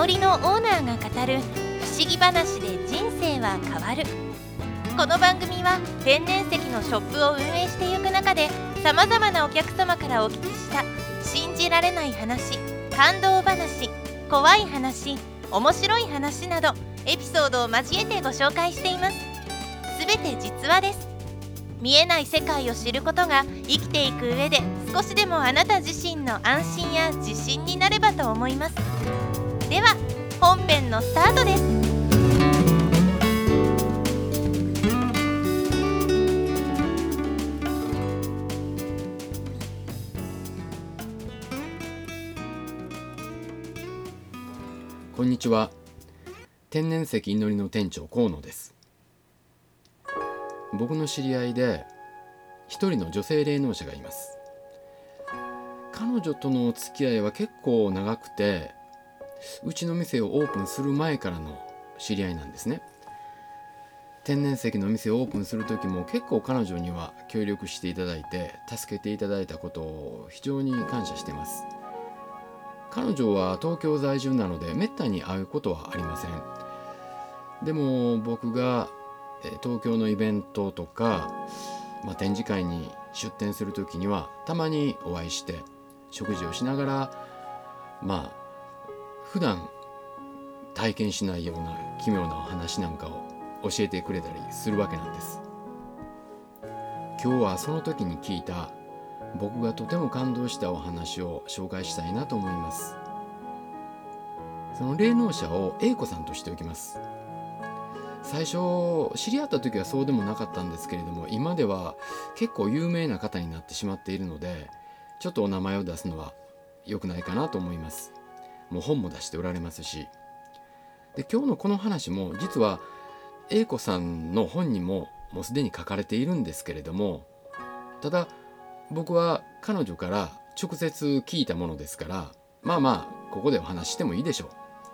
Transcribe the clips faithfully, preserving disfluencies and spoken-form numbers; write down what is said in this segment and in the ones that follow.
森のオーナーが語る不思議話で人生は変わる。この番組は天然石のショップを運営していく中で、さまざまなお客様からお聞きした信じられない話、感動話、怖い話、面白い話などエピソードを交えてご紹介しています。すべて実話です。見えない世界を知ることが生きていく上で少しでもあなた自身の安心や自信になればと思います。では本編のスタートです。 こんにちは。天然石祈りの店長河野です。僕の知り合いで一人の女性霊能者がいます。彼女との付き合いは結構長くて、うちの店をオープンする前からの知り合いなんですね。天然石の店をオープンする時も結構彼女には協力していただいて、助けていただいたことを非常に感謝しています。彼女は東京在住なのでめったに会うことはありません。でも僕が東京のイベントとか、まあ、展示会に出展する時にはたまにお会いして食事をしながら、まあ普段体験しないような奇妙なお話なんかを教えてくれたりするわけなんです。今日はその時に聞いた僕がとても感動したお話を紹介したいなと思います。その霊能者を A 子さんとしておきます。最初知り合った時はそうでもなかったんですけれども、今では結構有名な方になってしまっているので、ちょっとお名前を出すのは良くないかなと思います。もう本も出しておられますし。で、今日のこの話も実は A 子さんの本にももうすでに書かれているんですけれども、ただ僕は彼女から直接聞いたものですから、まあまあここでお話してもいいでしょ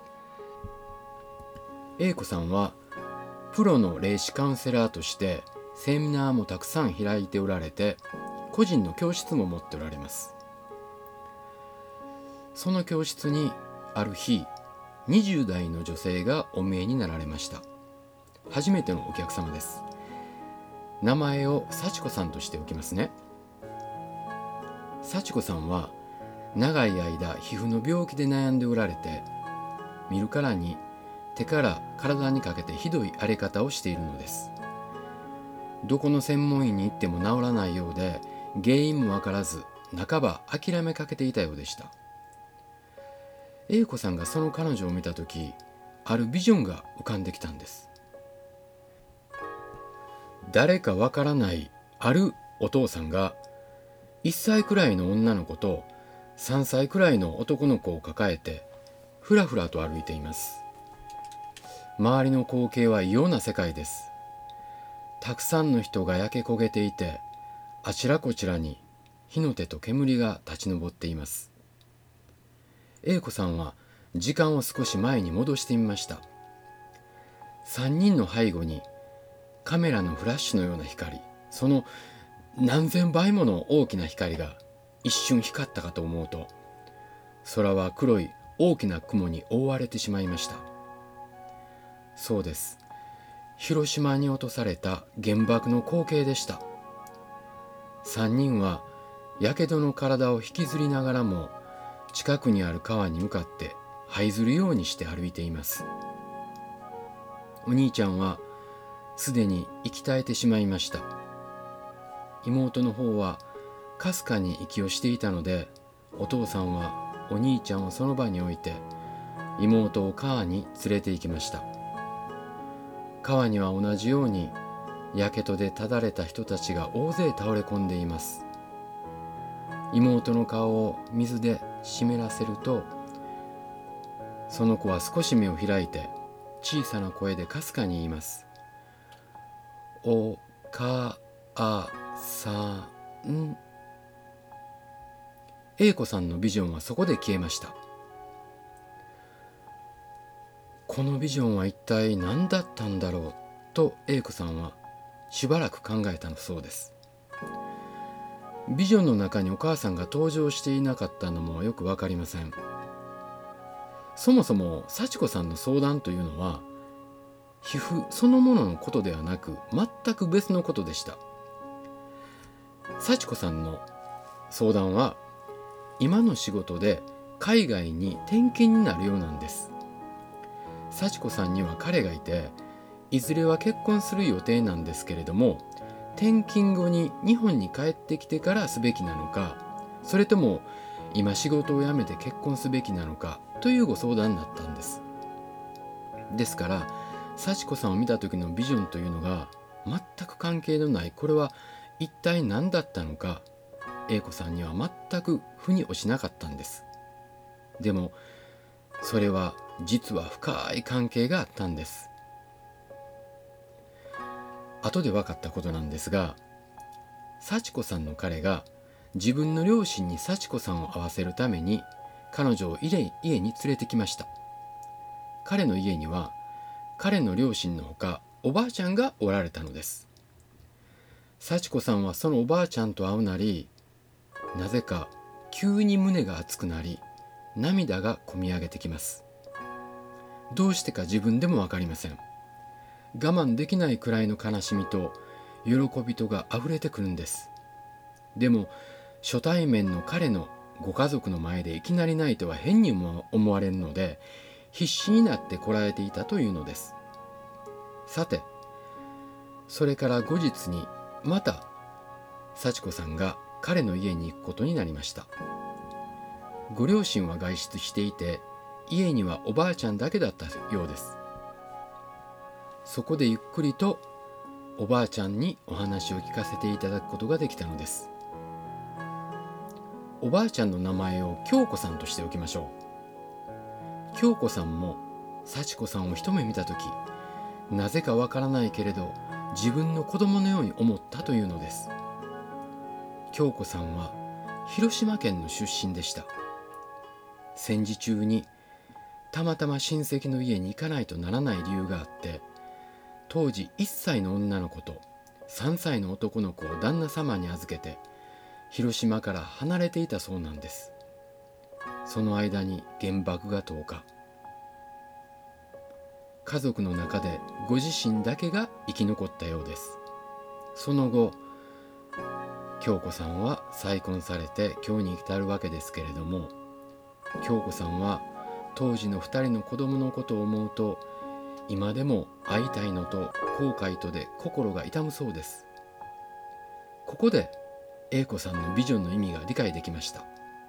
う。 A 子さんはプロの霊視カウンセラーとしてセミナーもたくさん開いておられて、個人の教室も持っておられます。その教室にある日、にじゅう代の女性がお見えになられました。初めてのお客様です。名前を幸子さんとしておきますね。幸子さんは長い間皮膚の病気で悩んでおられて、見るからに手から体にかけてひどい荒れ方をしているのです。どこの専門医に行っても治らないようで、原因もわからず半ば諦めかけていたようでした。A 子さんがその彼女を見たとき、あるビジョンが浮かんできたんです。誰かわからないあるお父さんがいっさいくらいの女の子とさんさいくらいの男の子を抱えてふらふらと歩いています。周りの光景は異様な世界です。たくさんの人が焼け焦げていて、あちらこちらに火の手と煙が立ち上っています。A 子さんは時間を少し前に戻してみました。さんにんの背後にカメラのフラッシュのような光、その何千倍もの大きな光が一瞬光ったかと思うと、空は黒い大きな雲に覆われてしまいました。そうです。広島に落とされた原爆の光景でした。三人はやけどの体を引きずりながらも、近くにある川に向かって這いずるようにして歩いています。お兄ちゃんはすでに息絶えてしまいました。妹の方はかすかに息をしていたので、お父さんはお兄ちゃんをその場に置いて妹を川に連れて行きました。川には同じようにやけどでただれた人たちが大勢倒れ込んでいます。妹の顔を水で湿らせると、その子は少し目を開いて小さな声でかすかに言います。おかあさん。 A 子さんのビジョンはそこで消えました。このビジョンは一体何だったんだろうと A 子さんはしばらく考えたのそうです。ビジョンの中にお母さんが登場していなかったのもよくわかりません。 そもそも幸子さんの相談というのは皮膚そのもののことではなく全く別のことでした。幸子さんの相談は今の仕事で海外に転勤になるようなんです。幸子さんには彼がいて、いずれは結婚する予定なんですけれども、転勤後に日本に帰ってきてからすべきなのか、それとも今仕事を辞めて結婚すべきなのかというご相談だったんです。ですから幸子さんを見た時のビジョンというのが全く関係のない、これは一体何だったのか、A子さんには全く腑に落ちなかったんです。でもそれは実は深い関係があったんです。後で分かったことなんですが、幸子さんの彼が自分の両親に幸子さんを会わせるために彼女を家に連れてきました。彼の家には彼の両親のほかおばあちゃんがおられたのです。幸子さんはそのおばあちゃんと会うなり、なぜか急に胸が熱くなり涙がこみ上げてきます。どうしてか自分でも分かりません。我慢できないくらいの悲しみと喜びとがあふれてくるんです。でも初対面の彼のご家族の前でいきなり泣いては変に思われるので、必死になってこらえていたというのです。さて、それから後日にまた幸子さんが彼の家に行くことになりました。ご両親は外出していて、家にはおばあちゃんだけだったようです。そこでゆっくりとおばあちゃんにお話を聞かせていただくことができたのです。おばあちゃんの名前を京子さんとしておきましょう。京子さんも幸子さんを一目見たとき、なぜかわからないけれど自分の子供のように思ったというのです。京子さんは広島県の出身でした。戦時中にたまたま親戚の家に行かないとならない理由があって、当時いっさいの女の子とさんさいの男の子を旦那様に預けて広島から離れていたそうなんです。その間に原爆が投下。家族の中でご自身だけが生き残ったようです。その後、京子さんは再婚されて今日に至るわけですけれども、京子さんは当時のふたりの子供のことを思うと、今でも会いたいのと後悔とで心が痛むそうです。ここでA子さんのビジョンの意味が理解できました。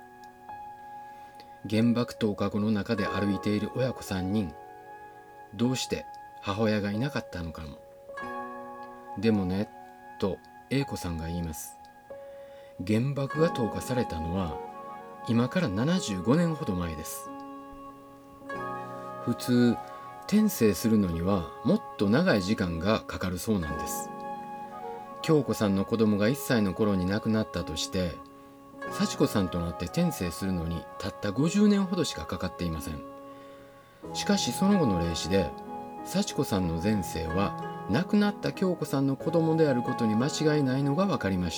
原爆投下後の中で歩いている親子さんにん、どうして母親がいなかったのかも。でもね、と A子さんが言います。原爆が投下されたのは今からななじゅうごねんほど前です。普通転生するのにはもっと長い時間がかかるそうなんです。京子さんの子供がいっさいの頃に亡くなったとして、幸子さんとなって転生するのにたったごじゅうねんほどしかかかっていません。しかしその後の霊視で幸子さんの前世は亡くなった京子さんの子供であることに間違いないのが分かりました。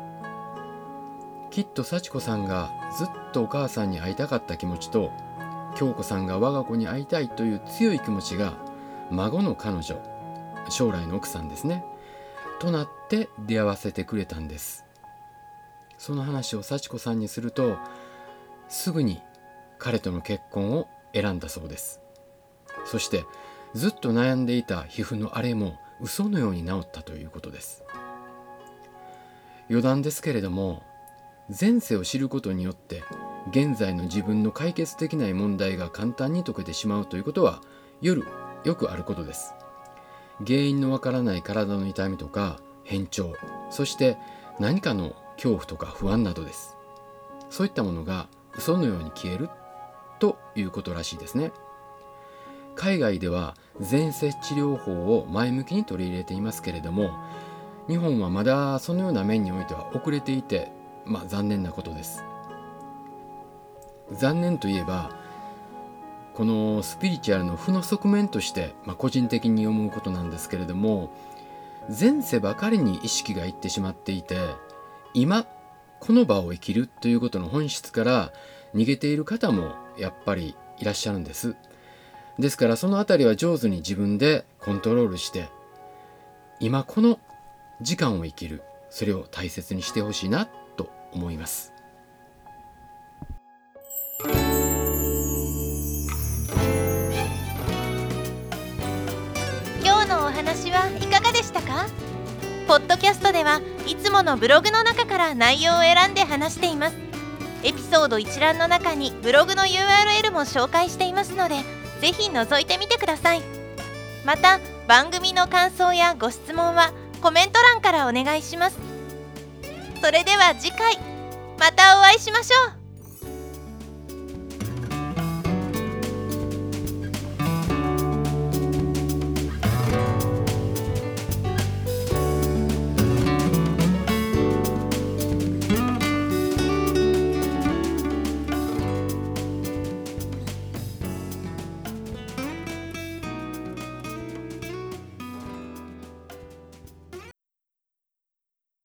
きっと幸子さんがずっとお母さんに会いたかった気持ちと、京子さんが我が子に会いたいという強い気持ちが孫の彼女、将来の奥さんですね、となって出会わせてくれたんです。その話を幸子さんにすると、すぐに彼との結婚を選んだそうです。そしてずっと悩んでいた皮膚の荒れも嘘のように治ったということです。余談ですけれども、前世を知ることによって現在の自分の解決できない問題が簡単に解けてしまうということは夜よくあることです。原因のわからない体の痛みとか変調、そして何かの恐怖とか不安などです。そういったものが嘘のように消えるということらしいですね。海外では前世治療法を前向きに取り入れていますけれども、日本はまだそのような面においては遅れていて、まあ残念なことです。残念といえば、このスピリチュアルの負の側面として、まあ、個人的に思うことなんですけれども、前世ばかりに意識がいってしまっていて、今この場を生きるということの本質から逃げている方もやっぱりいらっしゃるんです。ですからそのあたりは上手に自分でコントロールして、今この時間を生きる、それを大切にしてほしいなと思います。 今日のお話はいかがでしたか？ポッドキャストではいつものブログの中から内容を選んで話しています。エピソード一覧の中にブログの ユーアールエル も紹介していますので、ぜひ覗いてみてください。また番組の感想やご質問はコメント欄からお願いします。それでは次回またお会いしましょう。